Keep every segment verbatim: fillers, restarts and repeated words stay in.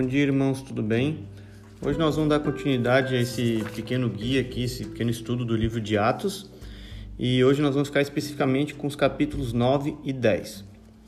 Bom dia, irmãos, tudo bem? Hoje nós vamos dar continuidade a esse pequeno guia aqui, esse pequeno estudo do livro de Atos. E hoje nós vamos ficar especificamente com os capítulos nove e dez.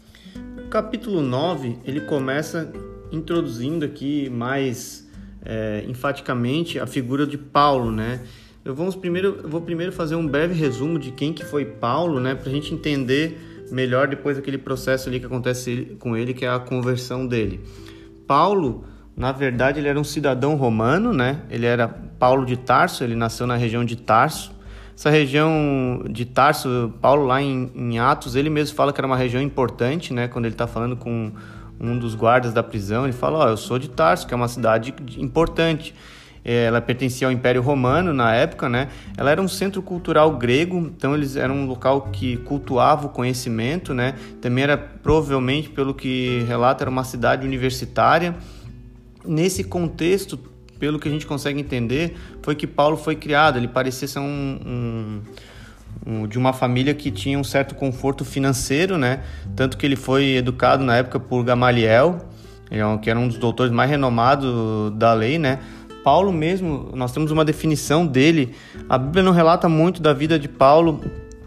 O capítulo nove, ele começa introduzindo aqui mais é, enfaticamente a figura de Paulo, né? Eu, vamos primeiro, eu vou primeiro fazer um breve resumo de quem que foi Paulo, né? Para a gente entender melhor depois daquele processo ali que acontece com ele, que é a conversão dele. Paulo, na verdade, ele era um cidadão romano, né? Ele era Paulo de Tarso, ele nasceu na região de Tarso. Essa região de Tarso, Paulo lá em, em Atos, ele mesmo fala que era uma região importante, né? Quando ele está falando com um dos guardas da prisão, ele fala, ó, oh, eu sou de Tarso, que é uma cidade importante. Ela pertencia ao Império Romano na época, né? Ela era um centro cultural grego, então eles eram um local que cultuava o conhecimento, né? Também era, provavelmente, pelo que relata, era uma cidade universitária. Nesse contexto, pelo que a gente consegue entender, foi que Paulo foi criado. Ele parecia ser um, um, um, de uma família que tinha um certo conforto financeiro, né? Tanto que ele foi educado na época por Gamaliel, que era um dos doutores mais renomados da lei, né? Paulo mesmo, nós temos uma definição dele. A Bíblia não relata muito da vida de Paulo,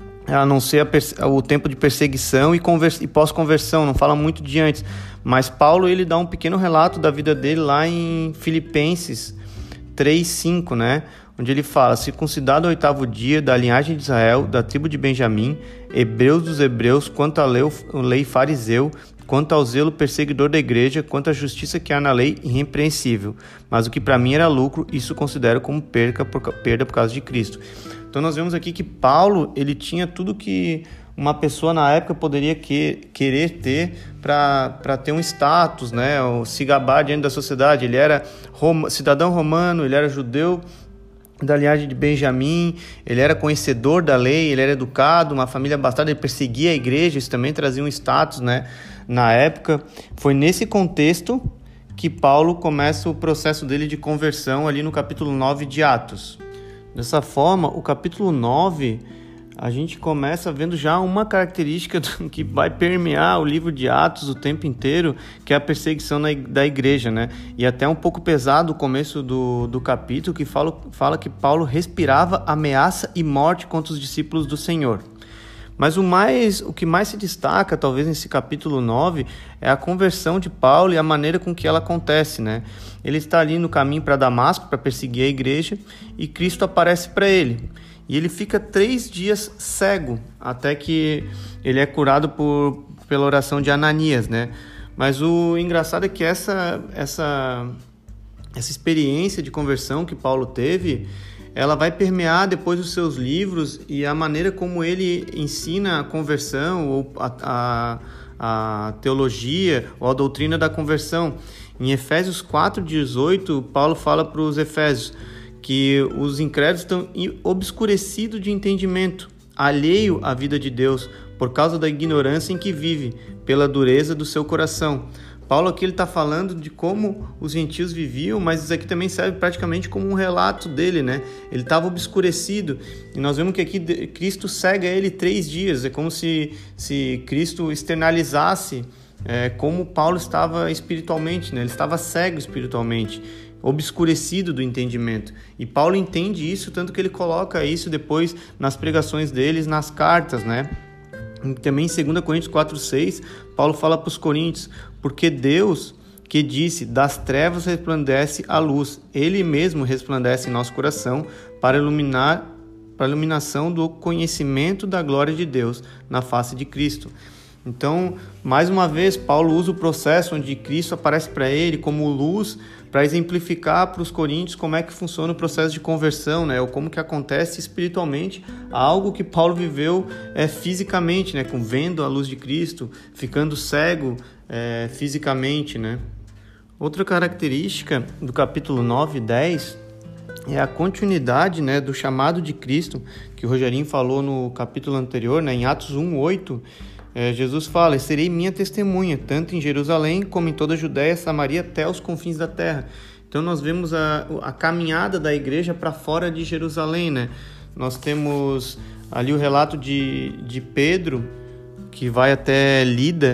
a não ser a perse- o tempo de perseguição e, convers- e pós-conversão, não fala muito de antes. Mas Paulo, ele dá um pequeno relato da vida dele lá em Filipenses três, cinco, né? Onde ele fala, circuncidado ao oitavo dia, da linhagem de Israel, da tribo de Benjamim, hebreus dos hebreus, quanto à lei, lei fariseu, quanto ao zelo perseguidor da igreja, quanto à justiça que há na lei, irrepreensível. Mas o que para mim era lucro, isso considero como perca por, perda por causa de Cristo. Então nós vemos aqui que Paulo, ele tinha tudo que uma pessoa na época poderia que, querer ter para ter um status, né? Ou se gabar diante da sociedade. Ele era rom, cidadão romano, ele era judeu da linhagem de Benjamim, ele era conhecedor da lei, ele era educado, uma família abastada, ele perseguia a igreja, isso também trazia um status, né, na época. Foi nesse contexto que Paulo começa o processo dele de conversão ali no capítulo nove de Atos. Dessa forma, o capítulo nove, a gente começa vendo já uma característica que vai permear o livro de Atos o tempo inteiro, que é a perseguição da igreja, né? E até um pouco pesado o começo do, do capítulo, que fala, fala que Paulo respirava ameaça e morte contra os discípulos do Senhor. Mas o, mais, o que mais se destaca, talvez, nesse capítulo nove, é a conversão de Paulo e a maneira com que ela acontece, né? Ele está ali no caminho para Damasco, para perseguir a igreja, e Cristo aparece para ele. E ele fica três dias cego, até que ele é curado por, pela oração de Ananias, né? Mas o engraçado é que essa, essa, essa experiência de conversão que Paulo teve, ela vai permear depois os seus livros e a maneira como ele ensina a conversão, ou a, a, a teologia, ou a doutrina da conversão. Em Efésios quatro, dezoito, Paulo fala para os Efésios que os incrédulos estão obscurecidos de entendimento, alheio à vida de Deus, por causa da ignorância em que vive, pela dureza do seu coração. Paulo aqui está falando de como os gentios viviam, mas isso aqui também serve praticamente como um relato dele, né? Ele estava obscurecido, e nós vemos que aqui Cristo cega ele três dias, é como se, se Cristo externalizasse é, como Paulo estava espiritualmente, né? Ele estava cego espiritualmente, obscurecido do entendimento. E Paulo entende isso, tanto que ele coloca isso depois nas pregações deles, nas cartas, né? E também em dois Coríntios quatro, seis, Paulo fala para os coríntios, porque Deus que disse, das trevas resplandece a luz, Ele mesmo resplandece em nosso coração para iluminar, para a iluminação do conhecimento da glória de Deus na face de Cristo. Então, mais uma vez, Paulo usa o processo onde Cristo aparece para ele como luz, para exemplificar para os coríntios como é que funciona o processo de conversão, né? Ou como que acontece espiritualmente algo que Paulo viveu é, fisicamente, né? Com vendo a luz de Cristo, ficando cego é, fisicamente, né? Outra característica do capítulo nove e dez é a continuidade, né, do chamado de Cristo, que o Rogerinho falou no capítulo anterior, né? Em Atos um, oito, É, Jesus fala, serei minha testemunha, tanto em Jerusalém como em toda a Judéia, Samaria, até os confins da terra. Então nós vemos a, a caminhada da igreja para fora de Jerusalém, né? Nós temos ali o relato de, de Pedro, que vai até Lida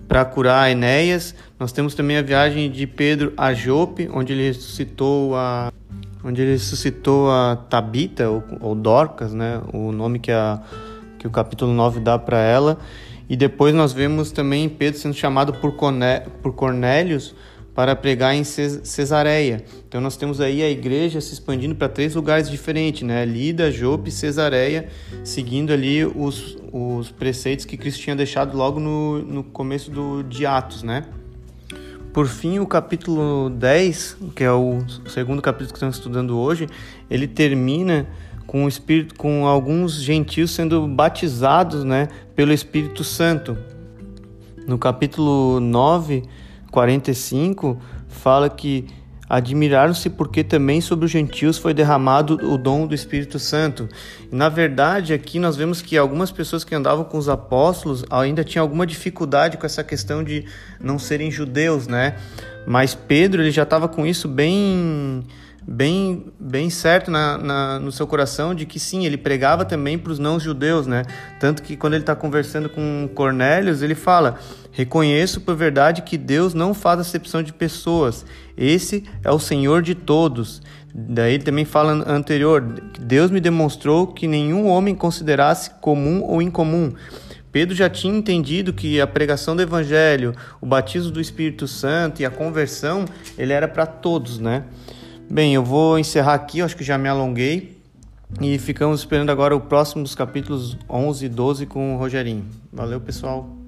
para curar Enéas. Nós temos também a viagem de Pedro a Jope, onde ele ressuscitou a, onde ele ressuscitou a Tabita, ou, ou Dorcas, né? O nome que, a, que o capítulo nove dá para ela. E depois nós vemos também Pedro sendo chamado por, Corné, por Cornélios para pregar em Cesareia. Então nós temos aí a igreja se expandindo para três lugares diferentes, né? Lida, Jope e Cesareia, seguindo ali os, os preceitos que Cristo tinha deixado logo no, no começo do, de Atos, né? Por fim, o capítulo dez, que é o segundo capítulo que estamos estudando hoje, ele termina com o Espírito, com alguns gentios sendo batizados, né, pelo Espírito Santo. No capítulo nove, quarenta e cinco, fala que admiraram-se porque também sobre os gentios foi derramado o dom do Espírito Santo. E, na verdade, aqui nós vemos que algumas pessoas que andavam com os apóstolos ainda tinham alguma dificuldade com essa questão de não serem judeus, né? Mas Pedro, ele já estava com isso bem... bem, bem certo na, na, no seu coração de que sim, ele pregava também para os não-judeus, né? Tanto que quando ele está conversando com Cornélios, ele fala: reconheço por verdade que Deus não faz acepção de pessoas, esse é o Senhor de todos. Daí ele também fala anterior, que Deus me demonstrou que nenhum homem considerasse comum ou incomum. Pedro já tinha entendido que a pregação do Evangelho, o batismo do Espírito Santo e a conversão, ele era para todos, né? Bem, eu vou encerrar aqui, eu acho que já me alonguei, e ficamos esperando agora o próximo dos capítulos onze e doze com o Rogerinho. Valeu, pessoal!